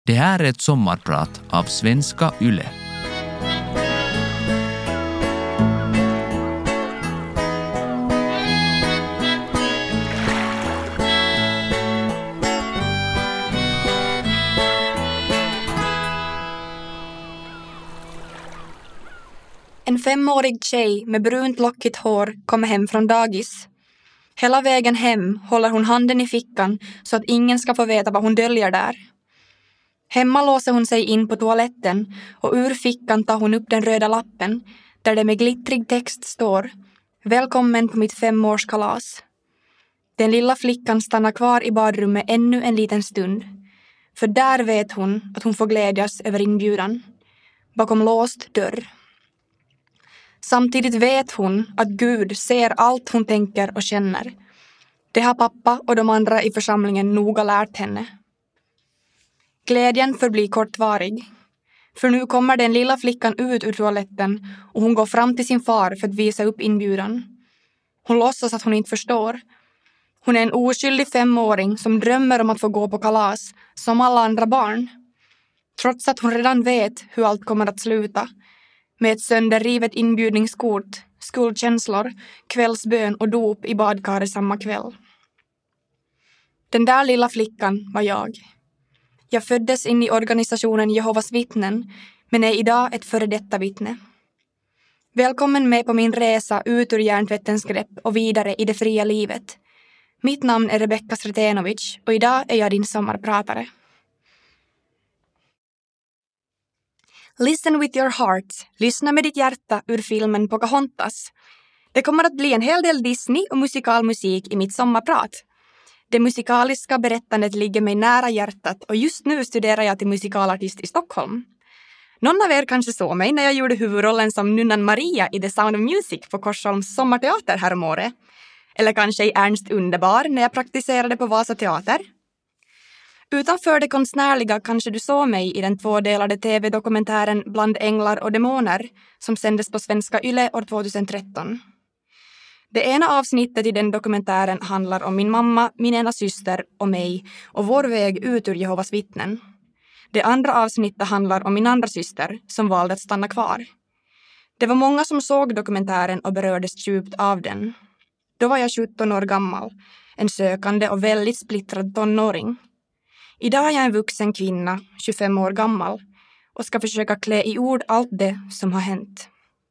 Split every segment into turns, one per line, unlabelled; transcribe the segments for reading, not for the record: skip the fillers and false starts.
Det här är ett sommarprat av Svenska Yle.
En 5-årig tjej med brunt lockigt hår kommer hem från dagis. Hela vägen hem håller hon handen i fickan så att ingen ska få veta vad hon döljer där. Hemma låser hon sig in på toaletten och ur fickan tar hon upp den röda lappen där det med glittrig text står: Välkommen på mitt 5-årskalas. Den lilla flickan stannar kvar i badrummet ännu en liten stund. För där vet hon att hon får glädjas över inbjudan. Bakom låst dörr. Samtidigt vet hon att Gud ser allt hon tänker och känner. Det har pappa och de andra i församlingen noga lärt henne. Glädjen förblir kortvarig. För nu kommer den lilla flickan ut ur toaletten och hon går fram till sin far för att visa upp inbjudan. Hon låtsas att hon inte förstår. Hon är en oskyldig 5-åring som drömmer om att få gå på kalas som alla andra barn. Trots att hon redan vet hur allt kommer att sluta. Med ett sönderrivet inbjudningskort, skuldkänslor, kvällsbön och dop i badkaret samma kväll. Den där lilla flickan var jag. Jag föddes in i organisationen Jehovas vittnen, men är idag ett före detta vittne. Välkommen med på min resa ut ur hjärntvättens grepp och vidare i det fria livet. Mitt namn är Rebecka Sretenovic och idag är jag din sommarpratare. Listen with your heart. Lyssna med ditt hjärta ur filmen Pocahontas. Det kommer att bli en hel del Disney och musikalmusik i mitt sommarprat. Det musikaliska berättandet ligger mig nära hjärtat och just nu studerar jag till musikalartist i Stockholm. Någon av er kanske såg mig när jag gjorde huvudrollen som nunnan Maria i The Sound of Music på Korsholms sommarteater häromåret. Eller kanske i Ernst Underbar när jag praktiserade på Vasa teater. Utanför det konstnärliga kanske du såg mig i den 2-delade tv-dokumentären Bland änglar och demoner som sändes på Svenska Yle år 2013. Det ena avsnittet i den dokumentären handlar om min mamma, min ena syster och mig och vår väg ut ur Jehovas vittnen. Det andra avsnittet handlar om min andra syster som valde att stanna kvar. Det var många som såg dokumentären och berördes djupt av den. Då var jag 17 år gammal, en sökande och väldigt splittrad tonåring. Idag är jag en vuxen kvinna, 25 år gammal, och ska försöka klä i ord allt det som har hänt.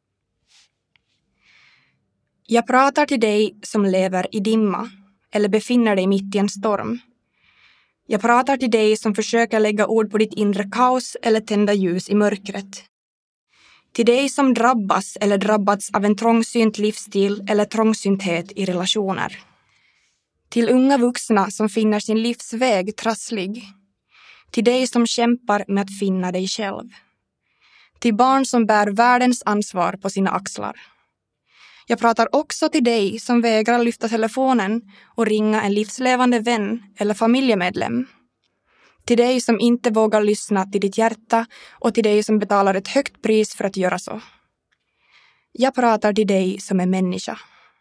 Jag pratar till dig som lever i dimma eller befinner dig mitt i en storm. Jag pratar till dig som försöker lägga ord på ditt inre kaos eller tända ljus i mörkret. Till dig som drabbas eller drabbats av en trångsynt livsstil eller trångsynthet i relationer. Till unga vuxna som finner sin livsväg trasslig. Till dig som kämpar med att finna dig själv. Till barn som bär världens ansvar på sina axlar. Jag pratar också till dig som vägrar lyfta telefonen och ringa en livslevande vän eller familjemedlem. Till dig som inte vågar lyssna till ditt hjärta och till dig som betalar ett högt pris för att göra så. Jag pratar till dig som är människa.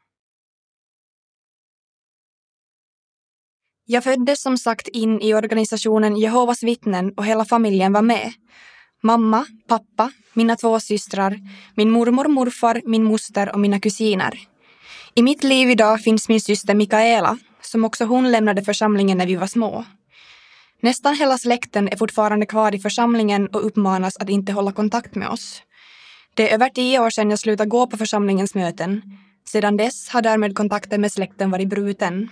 Jag föddes som sagt in i organisationen Jehovas vittnen och hela familjen var med. Mamma, pappa, mina 2 systrar, min mormor, morfar, min moster och mina kusiner. I mitt liv idag finns min syster Mikaela, som också hon lämnade församlingen när vi var små. Nästan hela släkten är fortfarande kvar i församlingen och uppmanas att inte hålla kontakt med oss. Det är över 10 år sedan jag slutade gå på församlingens möten. Sedan dess har därmed kontakten med släkten varit bruten.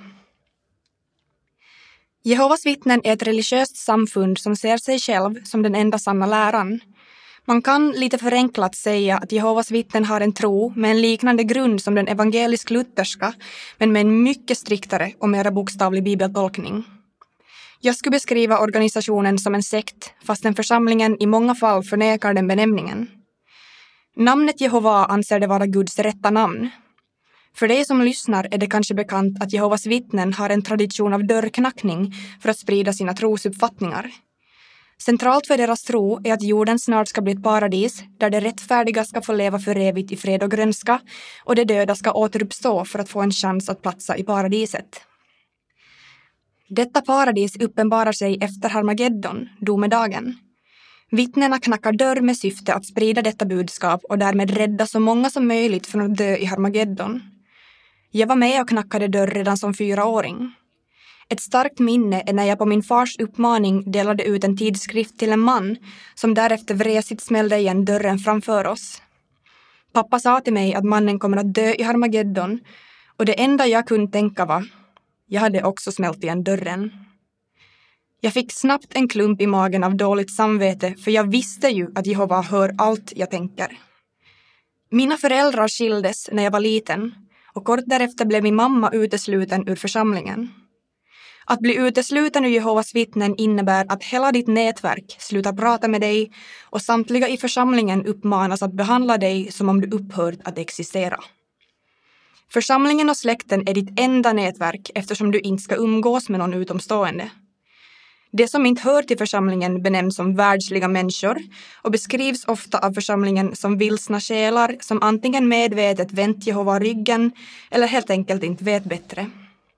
Jehovas vittnen är ett religiöst samfund som ser sig själv som den enda sanna läran. Man kan lite förenklat säga att Jehovas vittnen har en tro med en liknande grund som den evangelisk-lutherska, men med en mycket striktare och mer bokstavlig bibeltolkning. Jag skulle beskriva organisationen som en sekt, fastän församlingen i många fall förnekar den benämningen. Namnet Jehova anser det vara Guds rätta namn. För dig som lyssnar är det kanske bekant att Jehovas vittnen har en tradition av dörrknackning för att sprida sina trosuppfattningar. Centralt för deras tro är att jorden snart ska bli ett paradis där de rättfärdiga ska få leva för evigt i fred och grönska och de döda ska återuppstå för att få en chans att platsa i paradiset. Detta paradis uppenbarar sig efter Harmageddon, domedagen. Vittnena knackar dörr med syfte att sprida detta budskap och därmed rädda så många som möjligt från att dö i Harmageddon. Jag var med och knackade dörr redan som 4-åring. Ett starkt minne är när jag på min fars uppmaning delade ut en tidskrift till en man som därefter vresigt smällde igen dörren framför oss. Pappa sa till mig att mannen kommer att dö i Harmageddon och det enda jag kunde tänka var, jag hade också smält igen dörren. Jag fick snabbt en klump i magen av dåligt samvete för jag visste ju att Jehova hör allt jag tänker. Mina föräldrar skildes när jag var liten och kort därefter blev min mamma utesluten ur församlingen. Att bli utesluten ur Jehovas vittnen innebär att hela ditt nätverk slutar prata med dig och samtliga i församlingen uppmanas att behandla dig som om du upphört att existera. Församlingen och släkten är ditt enda nätverk eftersom du inte ska umgås med någon utomstående. Det som inte hör till församlingen benämns som världsliga människor och beskrivs ofta av församlingen som vilsna själar som antingen medvetet vänt Jehova ryggen eller helt enkelt inte vet bättre.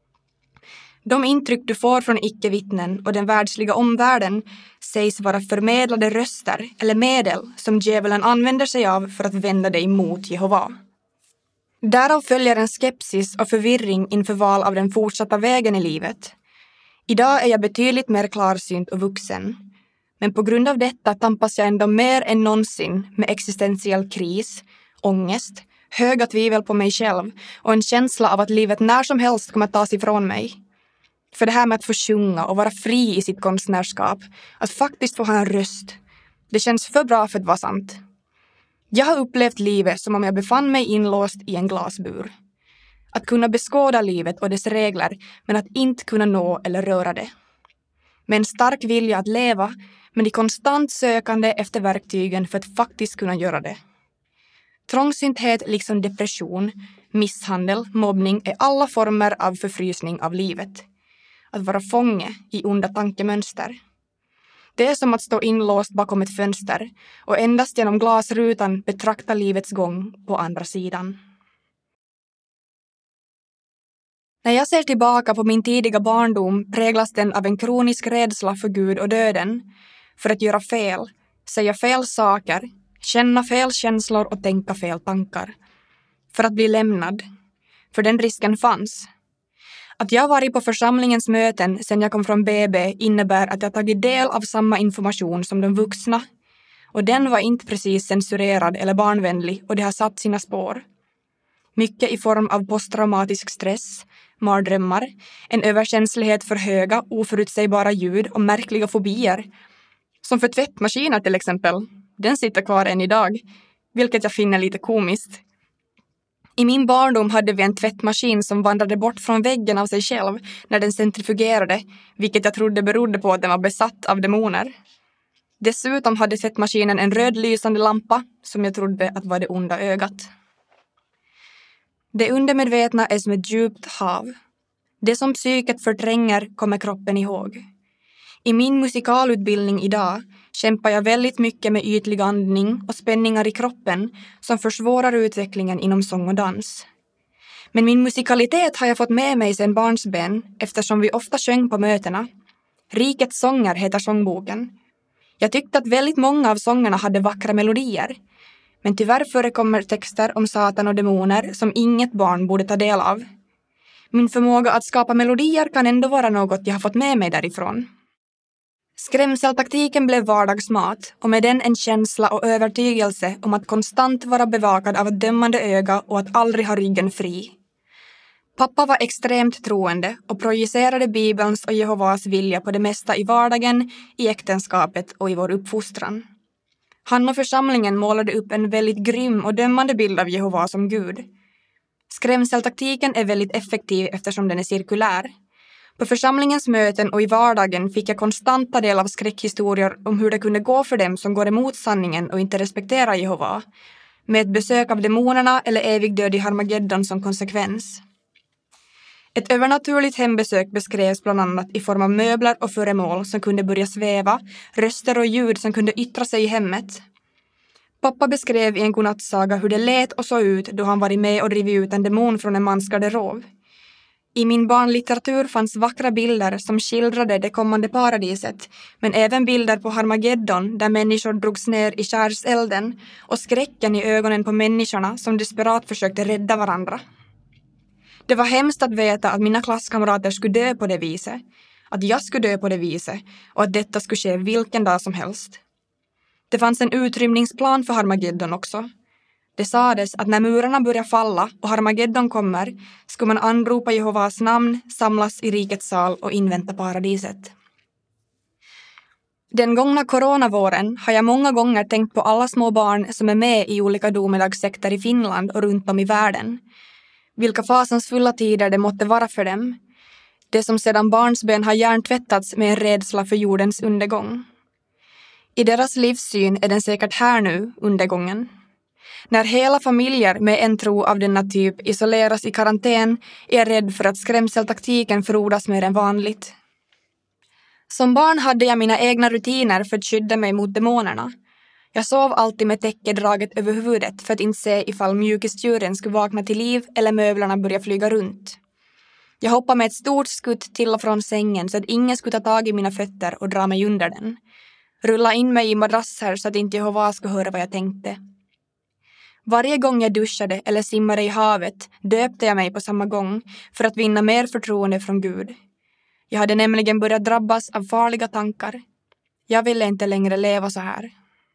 De intryck du får från icke-vittnen och den världsliga omvärlden sägs vara förmedlade röster eller medel som djävulen använder sig av för att vända dig mot Jehova. Därav följer en skepsis och förvirring inför val av den fortsatta vägen i livet. Idag är jag betydligt mer klarsynt och vuxen. Men på grund av detta tampas jag ändå mer än någonsin med existentiell kris, ångest, höga tvivel på mig själv och en känsla av att livet när som helst kommer att tas ifrån mig. För det här med att få sjunga och vara fri i sitt konstnärskap, att faktiskt få ha en röst, det känns för bra för att vara sant. Jag har upplevt livet som om jag befann mig inlåst i en glasbur. Att kunna beskåda livet och dess regler men att inte kunna nå eller röra det. Med en stark vilja att leva men i konstant sökande efter verktygen för att faktiskt kunna göra det. Trångsynthet liksom depression, misshandel, mobbning är alla former av förfrysning av livet. Att vara fånge i onda tankemönster. Det är som att stå inlåst bakom ett fönster och endast genom glasrutan betrakta livets gång på andra sidan. När jag ser tillbaka på min tidiga barndom präglas den av en kronisk rädsla för Gud och döden, för att göra fel, säga fel saker, känna fel känslor och tänka fel tankar. För att bli lämnad, för den risken fanns. Att jag varit på församlingens möten sedan jag kom från BB innebär att jag tagit del av samma information som de vuxna. Och den var inte precis censurerad eller barnvänlig och det har satt sina spår. Mycket i form av posttraumatisk stress, mardrömmar, en överkänslighet för höga, oförutsägbara ljud och märkliga fobier. Som för tvättmaskiner till exempel. Den sitter kvar än idag, vilket jag finner lite komiskt. I min barndom hade vi en tvättmaskin som vandrade bort från väggen av sig själv när den centrifugerade, vilket jag trodde berodde på att den var besatt av demoner. Dessutom hade tvättmaskinen en rödlysande lampa som jag trodde att var det onda ögat. Det undermedvetna är som ett djupt hav. Det som psyket förtränger kommer kroppen ihåg. I min musikalutbildning idag kämpar jag väldigt mycket med ytlig andning och spänningar i kroppen som försvårar utvecklingen inom sång och dans. Men min musikalitet har jag fått med mig sedan barnsben eftersom vi ofta sjöng på mötena. Rikets sånger heter sångboken. Jag tyckte att väldigt många av sångerna hade vackra melodier. Men tyvärr förekommer texter om satan och demoner som inget barn borde ta del av. Min förmåga att skapa melodier kan ändå vara något jag har fått med mig därifrån. Skrämseltaktiken blev vardagsmat och med den en känsla och övertygelse om att konstant vara bevakad av ett dömande öga och att aldrig ha ryggen fri. Pappa var extremt troende och projicerade Bibelns och Jehovas vilja på det mesta i vardagen, i äktenskapet och i vår uppfostran. Han och församlingen målade upp en väldigt grym och dömande bild av Jehova som Gud. Skrämseltaktiken är väldigt effektiv eftersom den är cirkulär. På församlingens möten och i vardagen fick jag konstant ta del av skräckhistorier om hur det kunde gå för dem som går emot sanningen och inte respekterar Jehova, med ett besök av demonerna eller evig död i Harmageddon som konsekvens. Ett övernaturligt hembesök beskrevs bland annat i form av möbler och föremål som kunde börja sväva, röster och ljud som kunde yttra sig i hemmet. Pappa beskrev i en godnattsaga hur det lät och såg ut då han varit med och drivit ut en demon från en mans garderob. I min barnlitteratur fanns vackra bilder som skildrade det kommande paradiset, men även bilder på Harmageddon där människor drogs ner i skärselden och skräcken i ögonen på människorna som desperat försökte rädda varandra. Det var hemskt att veta att mina klasskamrater skulle dö på det viset, att jag skulle dö på det viset och att detta skulle ske vilken dag som helst. Det fanns en utrymningsplan för Harmageddon också. Det sades att när murarna börjar falla och Harmageddon kommer skulle man anropa Jehovas namn, samlas i rikets sal och invänta paradiset. Den gångna coronavåren har jag många gånger tänkt på alla små barn som är med i olika domedagssekter i Finland och runt om i världen. Vilka fasansfulla tider det måtte vara för dem. Det som sedan barnsben har hjärntvättats med en rädsla för jordens undergång. I deras livssyn är den säkert här nu, undergången. När hela familjer med en tro av denna typ isoleras i karantän är jag rädd för att skrämseltaktiken frodas mer än vanligt. Som barn hade jag mina egna rutiner för att skydda mig mot demonerna. Jag sov alltid med täcket draget över huvudet för att inte se ifall mjukisdjuren skulle vakna till liv eller möblerna börja flyga runt. Jag hoppade med ett stort skutt till och från sängen så att ingen skulle ta tag i mina fötter och dra mig under den. Rulla in mig i madrasser så att inte Jehova skulle höra vad jag tänkte. Varje gång jag duschade eller simmade i havet döpte jag mig på samma gång för att vinna mer förtroende från Gud. Jag hade nämligen börjat drabbas av farliga tankar. Jag ville inte längre leva så här.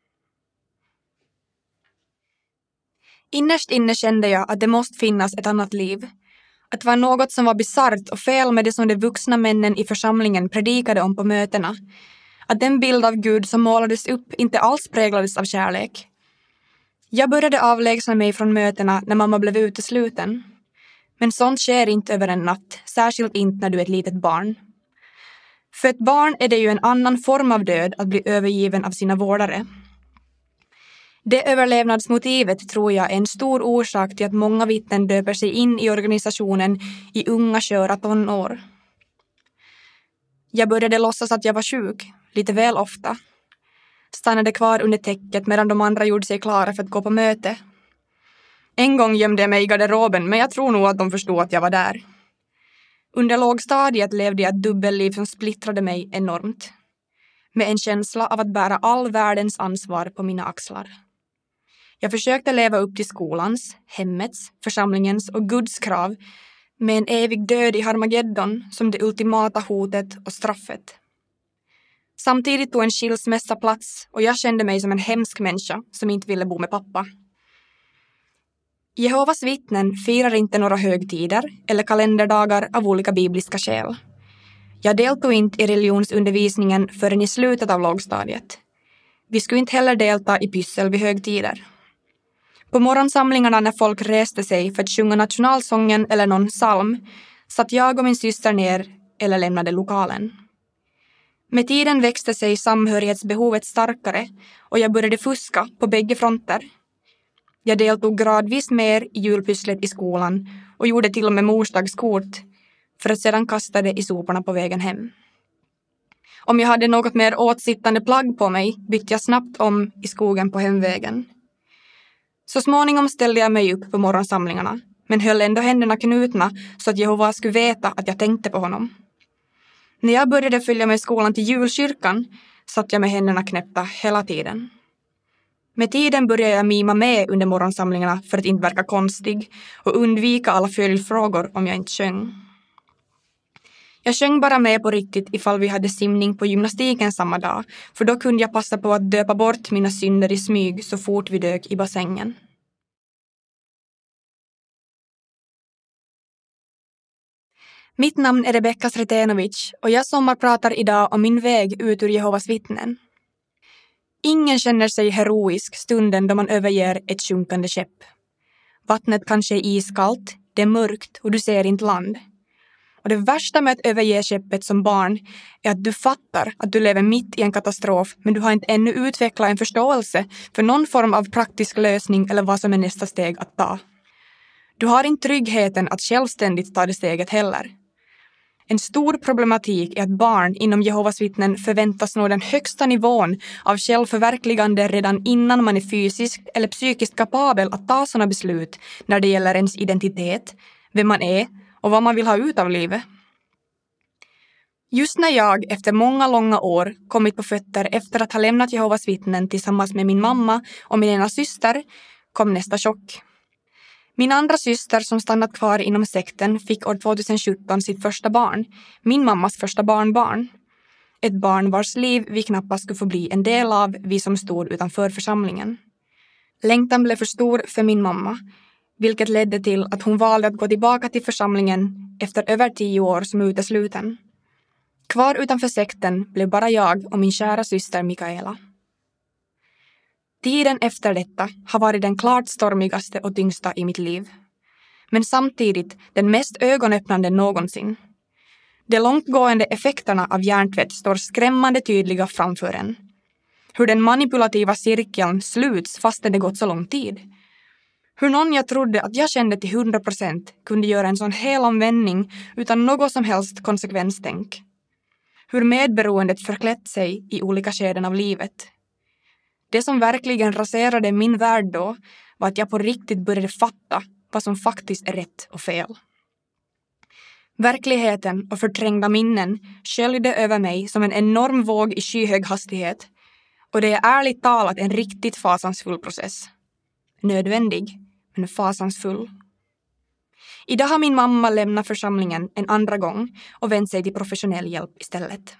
Innerst inne kände jag att det måste finnas ett annat liv. Att det var något som var bisarrt och fel med det som de vuxna männen i församlingen predikade om på mötena. Att den bild av Gud som målades upp inte alls präglades av kärlek. Jag började avlägsna mig från mötena när mamma blev utesluten. Men sånt sker inte över en natt, särskilt inte när du är ett litet barn. För ett barn är det ju en annan form av död att bli övergiven av sina vårdare. Det överlevnadsmotivet tror jag är en stor orsak till att många vittnen döper sig in i organisationen i unga sköra tonår. Jag började låtsas att jag var sjuk, lite väl ofta. Stannade kvar under täcket medan de andra gjorde sig klara för att gå på möte. En gång gömde jag mig i garderoben, men jag tror nog att de förstod att jag var där. Under lågstadiet levde jag ett dubbelliv som splittrade mig enormt. Med en känsla av att bära all världens ansvar på mina axlar. Jag försökte leva upp till skolans, hemmets, församlingens och Guds krav med en evig död i Harmageddon som det ultimata hotet och straffet. Samtidigt tog en skilsmässa plats och jag kände mig som en hemsk människa som inte ville bo med pappa. Jehovas vittnen firar inte några högtider eller kalenderdagar av olika bibliska skäl. Jag deltog inte i religionsundervisningen förrän i slutet av lågstadiet. Vi skulle inte heller delta i pyssel vid högtider. På morgonsamlingarna när folk reste sig för att sjunga nationalsången eller någon psalm satt jag och min syster ner eller lämnade lokalen. Med tiden växte sig samhörighetsbehovet starkare och jag började fuska på bägge fronter. Jag deltog gradvis mer i julpysslet i skolan och gjorde till och med morsdagskort för att sedan kasta det i soporna på vägen hem. Om jag hade något mer åtsittande plagg på mig bytte jag snabbt om i skogen på hemvägen. Så småningom ställde jag mig upp på morgonsamlingarna men höll ändå händerna knutna så att Jehova skulle veta att jag tänkte på honom. När jag började följa med skolan till julkyrkan satt jag med händerna knäppta hela tiden. Med tiden började jag mima med under morgonsamlingarna för att inte verka konstig och undvika alla följdfrågor om jag inte sjöng. Jag sjöng bara med på riktigt ifall vi hade simning på gymnastiken samma dag, för då kunde jag passa på att döpa bort mina synder i smyg så fort vi dök i bassängen. Mitt namn är Rebecka Sretenovic och jag sommarpratar idag om min väg ut ur Jehovas vittnen. Ingen känner sig heroisk stunden då man överger ett sjunkande skepp. Vattnet kanske är iskallt, det är mörkt och du ser inte land. Och det värsta med att överge skeppet som barn är att du fattar att du lever mitt i en katastrof men du har inte ännu utvecklat en förståelse för någon form av praktisk lösning eller vad som är nästa steg att ta. Du har inte tryggheten att självständigt ta det steget heller. En stor problematik är att barn inom Jehovas vittnen förväntas nå den högsta nivån av självförverkligande redan innan man är fysiskt eller psykiskt kapabel att ta sådana beslut när det gäller ens identitet, vem man är och vad man vill ha ut av livet. Just när jag efter många långa år kommit på fötter efter att ha lämnat Jehovas vittnen tillsammans med min mamma och min ena syster kom nästa chock. Min andra syster som stannat kvar inom sekten fick år 2017 sitt första barn, min mammas första barnbarn. Ett barn vars liv vi knappast skulle få bli en del av, vi som stod utanför församlingen. Längtan blev för stor för min mamma, vilket ledde till att hon valde att gå tillbaka till församlingen efter över 10 år som utesluten. Kvar utanför sekten blev bara jag och min kära syster Mikaela. Tiden efter detta har varit den klart stormigaste och tyngsta i mitt liv. Men samtidigt den mest ögonöppnande någonsin. De långtgående effekterna av hjärntvätt står skrämmande tydliga framför en. Hur den manipulativa cirkeln sluts fastän det gått så lång tid. Hur någon jag trodde att jag kände till 100% kunde göra en sån helomvändning utan något som helst konsekvenstänk. Hur medberoendet förklätt sig i olika skeden av livet. Det som verkligen raserade min värld då var att jag på riktigt började fatta vad som faktiskt är rätt och fel. Verkligheten och förträngda minnen sköljde över mig som en enorm våg i skyhög hastighet. Och det är ärligt talat en riktigt fasansfull process. Nödvändig, men fasansfull. Idag har min mamma lämnat församlingen en andra gång och vänt sig till professionell hjälp istället.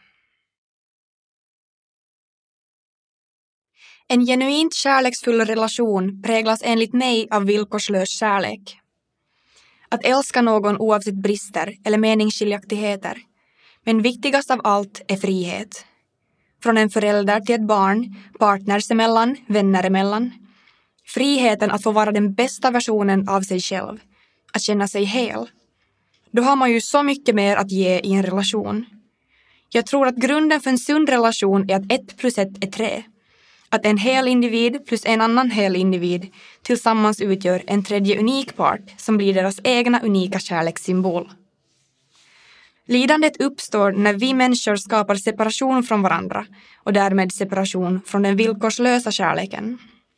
En genuint kärleksfull relation präglas enligt mig av villkorslös kärlek. Att älska någon oavsett brister eller meningsskiljaktigheter. Men viktigast av allt är frihet. Från en förälder till ett barn, partners emellan, vänner emellan. Friheten att få vara den bästa versionen av sig själv. Att känna sig hel. Då har man ju så mycket mer att ge i en relation. Jag tror att grunden för en sund relation är att 1 + 1 är 3. Att en hel individ plus en annan hel individ tillsammans utgör en tredje unik part som blir deras egna unika kärlekssymbol. Lidandet uppstår när vi människor skapar separation från varandra och därmed separation från den villkorslösa kärleken.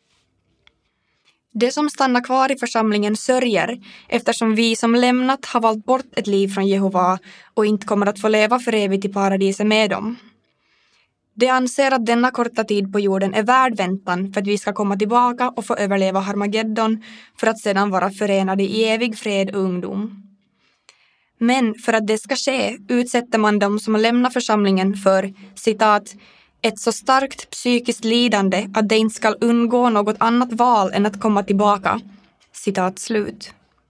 Det som stannar kvar i församlingen sörjer eftersom vi som lämnat har valt bort ett liv från Jehova och inte kommer att få leva för evigt i paradiset med dem. De anser att denna korta tid på jorden är värd väntan för att vi ska komma tillbaka och få överleva Harmageddon för att sedan vara förenade i evig fred och ungdom. Men för att det ska ske utsätter man dem som lämnar församlingen för, citat, ett så starkt psykiskt lidande att det inte ska undgå något annat val än att komma tillbaka. Citat slut.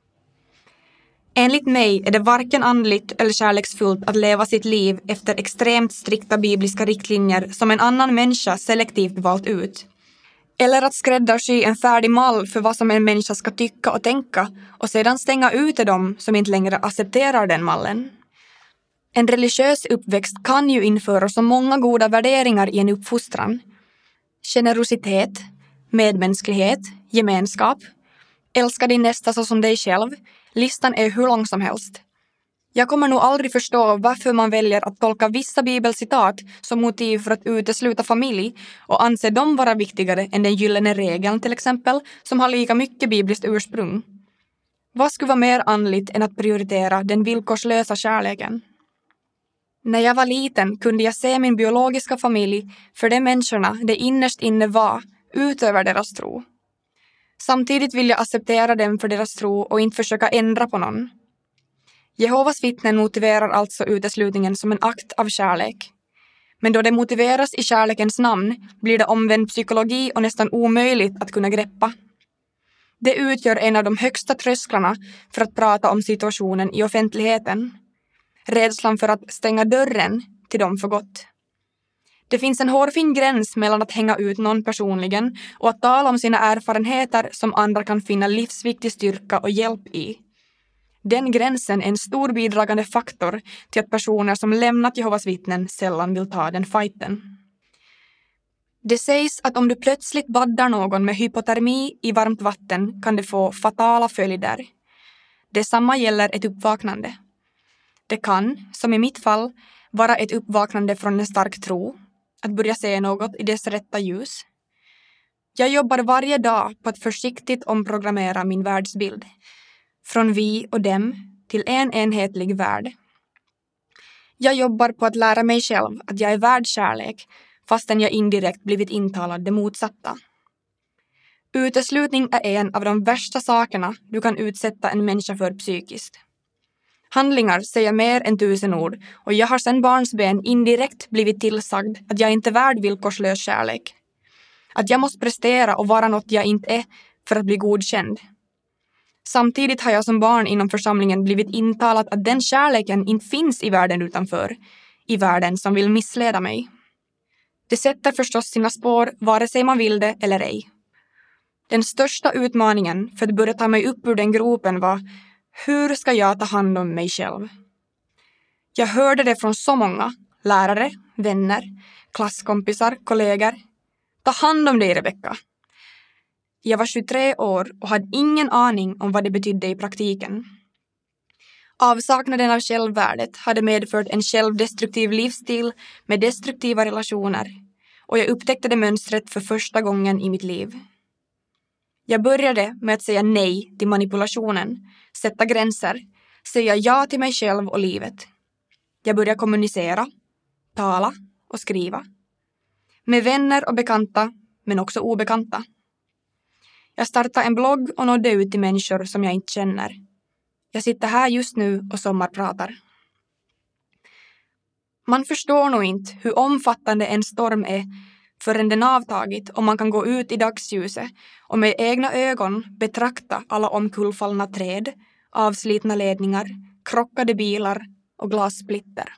Enligt mig är det varken andligt eller kärleksfullt att leva sitt liv efter extremt strikta bibliska riktlinjer som en annan människa selektivt valt ut. Eller att skräddarsy en färdig mall för vad som en människa ska tycka och tänka och sedan stänga ute dem som inte längre accepterar den mallen. En religiös uppväxt kan ju införa så många goda värderingar i en uppfostran. Generositet, medmänsklighet, gemenskap, älska din nästa så som dig själv. Listan är hur lång som helst. Jag kommer nog aldrig förstå varför man väljer att tolka vissa bibelcitat som motiv för att utesluta familj och anse dem vara viktigare än den gyllene regeln till exempel som har lika mycket bibliskt ursprung. Vad skulle vara mer andligt än att prioritera den villkorslösa kärleken? När jag var liten kunde jag se min biologiska familj för de människorna det innerst inne var utöver deras tro. Samtidigt vill jag acceptera dem för deras tro och inte försöka ändra på någon. Jehovas vittnen motiverar alltså uteslutningen som en akt av kärlek. Men då det motiveras i kärlekens namn blir det omvänd psykologi och nästan omöjligt att kunna greppa. Det utgör en av de högsta trösklarna för att prata om situationen i offentligheten. Rädslan för att stänga dörren till dem för gott. Det finns en hårfin gräns mellan att hänga ut någon personligen och att tala om sina erfarenheter som andra kan finna livsviktig styrka och hjälp i. Den gränsen är en stor bidragande faktor till att personer som lämnat Jehovas vittnen sällan vill ta den fighten. Det sägs att om du plötsligt baddar någon med hypotermi i varmt vatten kan det få fatala följder. Detsamma gäller ett uppvaknande. Det kan, som i mitt fall, vara ett uppvaknande från en stark tro, att börja se något i dess rätta ljus. Jag jobbar varje dag på att försiktigt omprogrammera min världsbild. Från vi och dem till en enhetlig värld. Jag jobbar på att lära mig själv att jag är värd kärlek fastän jag indirekt blivit intalad det motsatta. Uteslutning är en av de värsta sakerna du kan utsätta en människa för psykiskt. Handlingar säger mer än 1000 ord och jag har sedan barnsben indirekt blivit tillsagd att jag inte är värd villkorslös kärlek. Att jag måste prestera och vara något jag inte är för att bli godkänd. Samtidigt har jag som barn inom församlingen blivit intalat att den kärleken inte finns i världen utanför, i världen som vill missleda mig. Det sätter förstås sina spår vare sig man vill det eller ej. Den största utmaningen för att börja ta mig upp ur den gropen var: hur ska jag ta hand om mig själv? Jag hörde det från så många, lärare, vänner, klasskompisar, kollegor. Ta hand om dig, Rebecka. Jag var 23 år och hade ingen aning om vad det betydde i praktiken. Avsaknaden av självvärdet hade medfört en självdestruktiv livsstil med destruktiva relationer och jag upptäckte det mönstret för första gången i mitt liv. Jag började med att säga nej till manipulationen, sätta gränser, säga ja till mig själv och livet. Jag började kommunicera, tala och skriva. Med vänner och bekanta, men också obekanta. Jag startade en blogg och nådde ut till människor som jag inte känner. Jag sitter här just nu och sommarpratar. Man förstår nog inte hur omfattande en storm är förrän den avtagit och man kan gå ut i dagsljuset och med egna ögon betrakta alla omkullfallna träd, avslitna ledningar, krockade bilar och glassplitter.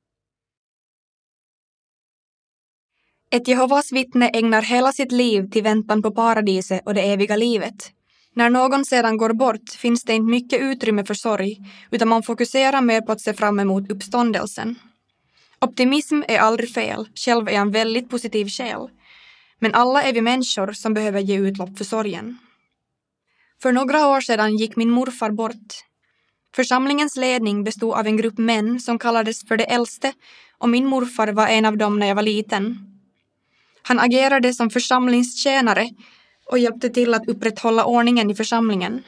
Ett Jehovas vittne ägnar hela sitt liv till väntan på paradiset och det eviga livet. När någon sedan går bort finns det inte mycket utrymme för sorg, utan man fokuserar mer på att se fram emot uppståndelsen. Optimism är aldrig fel, själv är jag en väldigt positiv själ. Men alla är vi människor som behöver ge utlopp för sorgen. För några år sedan gick min morfar bort. Församlingens ledning bestod av en grupp män som kallades för de äldste och min morfar var en av dem när jag var liten. Han agerade som församlingstjänare och hjälpte till att upprätthålla ordningen i församlingen.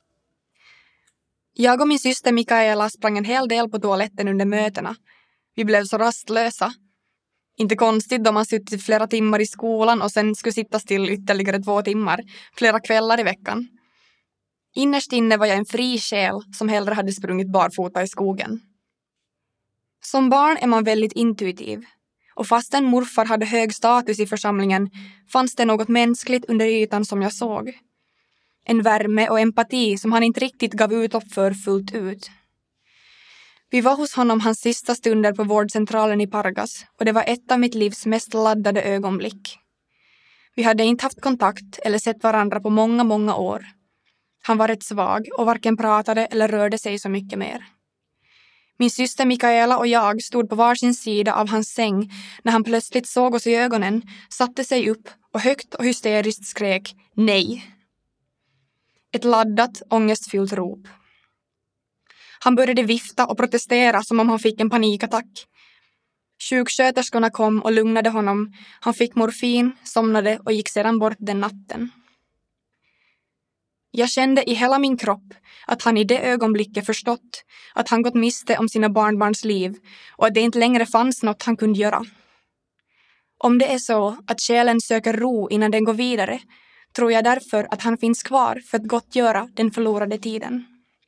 Jag och min syster Mikaela sprang en hel del på toaletten under mötena. Vi blev så rastlösa. Inte konstigt då man suttit flera timmar i skolan och sen skulle sitta still ytterligare 2 timmar, flera kvällar i veckan. Innerst inne var jag en fri själ som hellre hade sprungit barfota i skogen. Som barn är man väldigt intuitiv. Och fastän morfar hade hög status i församlingen fanns det något mänskligt under ytan som jag såg. En värme och empati som han inte riktigt gav utlopp för fullt ut. Vi var hos honom hans sista stunder på vårdcentralen i Pargas och det var ett av mitt livs mest laddade ögonblick. Vi hade inte haft kontakt eller sett varandra på många, många år. Han var rätt svag och varken pratade eller rörde sig så mycket mer. Min syster Mikaela och jag stod på varsin sida av hans säng när han plötsligt såg oss i ögonen, satte sig upp och högt och hysteriskt skrek nej. Ett laddat, ångestfyllt rop. Han började vifta och protestera som om han fick en panikattack. Sjuksköterskorna kom och lugnade honom. Han fick morfin, somnade och gick sedan bort den natten. Jag kände i hela min kropp att han i det ögonblicket förstått att han gått miste om sina barnbarns liv och att det inte längre fanns något han kunde göra. Om det är så att själen söker ro innan den går vidare tror jag därför att han finns kvar för att gottgöra den förlorade tiden.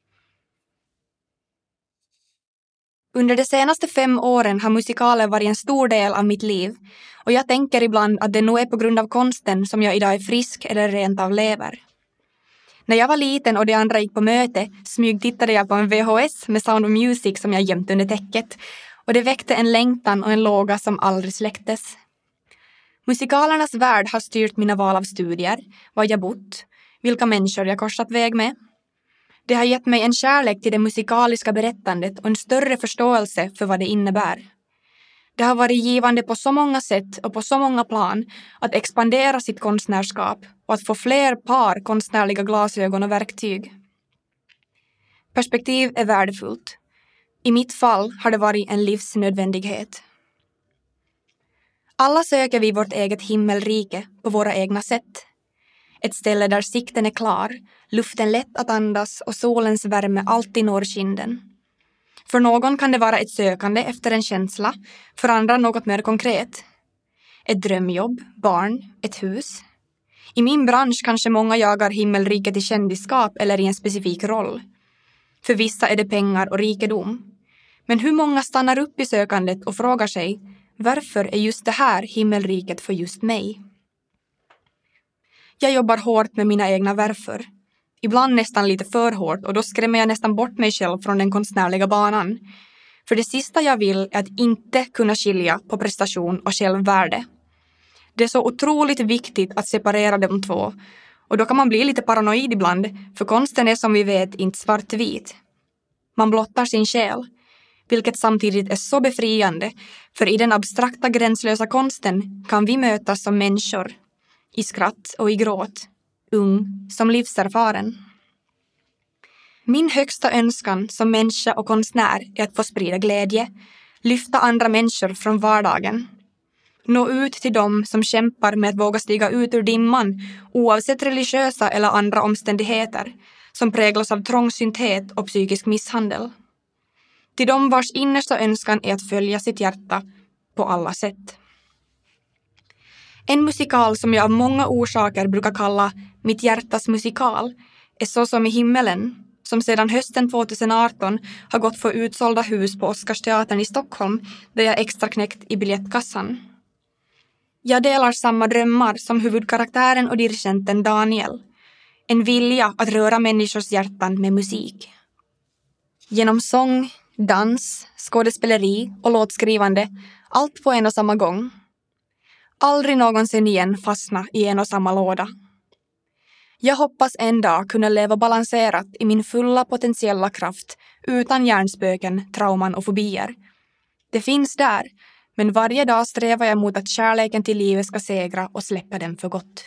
Under de senaste 5 åren har musikalen varit en stor del av mitt liv och jag tänker ibland att det nog är på grund av konsten som jag idag är frisk eller rent av lever. När jag var liten och de andra gick på möte smygtittade jag på en VHS med Sound of Music som jag gömt under täcket och det väckte en längtan och en låga som aldrig släcktes. Musikalernas värld har styrt mina val av studier, var jag bott, vilka människor jag korsat väg med. Det har gett mig en kärlek till det musikaliska berättandet och en större förståelse för vad det innebär. Det har varit givande på så många sätt och på så många plan att expandera sitt konstnärskap och att få fler par konstnärliga glasögon och verktyg. Perspektiv är värdefullt. I mitt fall har det varit en livsnödvändighet. Alla söker vi vårt eget himmelrike på våra egna sätt. Ett ställe där sikten är klar, luften lätt att andas och solens värme alltid når kinden. För någon kan det vara ett sökande efter en känsla, för andra något mer konkret. Ett drömjobb, barn, ett hus. I min bransch kanske många jagar himmelriket i kändisskap eller i en specifik roll. För vissa är det pengar och rikedom. Men hur många stannar upp i sökandet och frågar sig, varför är just det här himmelriket för just mig? Jag jobbar hårt med mina egna varför. Ibland nästan lite för hårt och då skrämmer jag nästan bort mig själv från den konstnärliga banan. För det sista jag vill är att inte kunna skilja på prestation och självvärde. Det är så otroligt viktigt att separera de två. Och då kan man bli lite paranoid ibland, för konsten är som vi vet inte svartvit. Man blottar sin själ, vilket samtidigt är så befriande, för i den abstrakta gränslösa konsten kan vi mötas som människor. I skratt och i gråt, ung som livserfaren. Min högsta önskan som människa och konstnär är att få sprida glädje, lyfta andra människor från vardagen. Nå ut till dem som kämpar med att våga stiga ut ur dimman oavsett religiösa eller andra omständigheter som präglas av trångsynthet och psykisk misshandel. Till dem vars innersta önskan är att följa sitt hjärta på alla sätt. En musikal som jag av många orsaker brukar kalla mitt hjärtas musikal är Så som i himmelen, som sedan hösten 2018 har gått för utsålda hus på Oscarsteatern i Stockholm där jag extra knäckt i biljettkassan. Jag delar samma drömmar som huvudkaraktären och dirigenten Daniel. En vilja att röra människors hjärtan med musik. Genom sång, dans, skådespeleri och låtskrivande, allt på en och samma gång. Aldrig någonsin igen fastna i en och samma låda. Jag hoppas en dag kunna leva balanserat i min fulla potentiella kraft utan hjärnspöken, trauman och fobier. Det finns där, men varje dag strävar jag mot att kärleken till livet ska segra och släppa den för gott.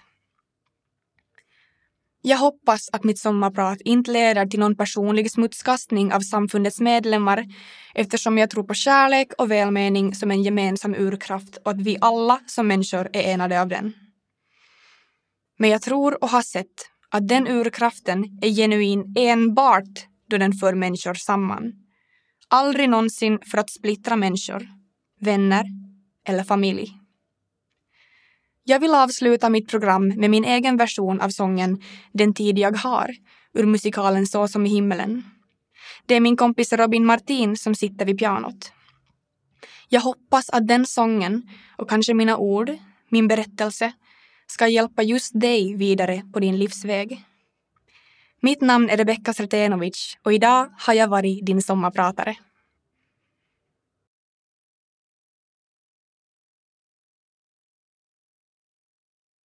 Jag hoppas att mitt sommarprat inte leder till någon personlig smutskastning av samfundets medlemmar eftersom jag tror på kärlek och välmening som en gemensam urkraft och att vi alla som människor är enade av den. Men jag tror och har sett att den urkraften är genuin enbart då den för människor samman. Aldrig någonsin för att splittra människor, vänner eller familj. Jag vill avsluta mitt program med min egen version av sången Den tid jag har ur musikalen Så som i himmelen. Det är min kompis Robin Martin som sitter vid pianot. Jag hoppas att den sången och kanske mina ord, min berättelse, ska hjälpa just dig vidare på din livsväg. Mitt namn är Rebecca Sretenovic och idag har jag varit din sommarpratare.